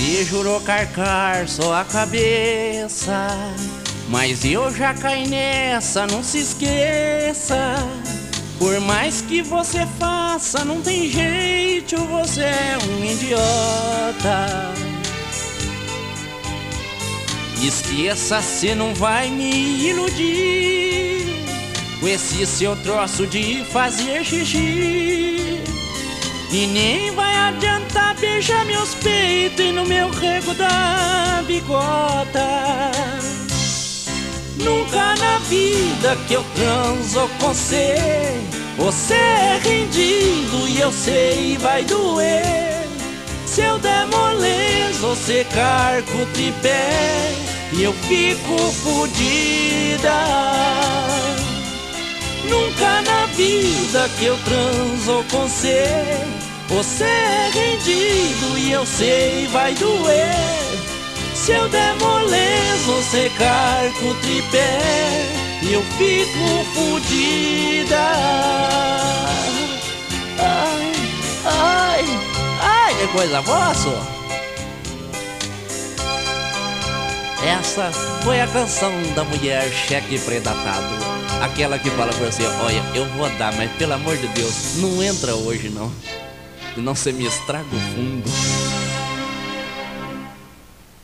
Você jurou carcar só a cabeça, mas eu já caí nessa, não se esqueça. Por mais que você faça, não tem jeito, você é um idiota. Esqueça, cê não vai me iludir com esse seu troço de fazer xixi. E nem vai adiantar beijar meus peitos e no meu rego da bigota. Nunca na vida que eu transo com cê, você é rendido e eu sei vai doer. Se eu der moleza, você carca o tripé e eu fico fodida. Nunca na vida que eu transo com cê, você é rendido e eu sei vai doer. Se eu der moleza, você carca o tripé e eu fico fodida. Ai, ai, ai, é coisa boa, só. Essa foi a canção da mulher cheque predatado. Aquela que fala pra você, olha, eu vou dar, mas pelo amor de Deus, não entra hoje não, senão você me estraga o fundo.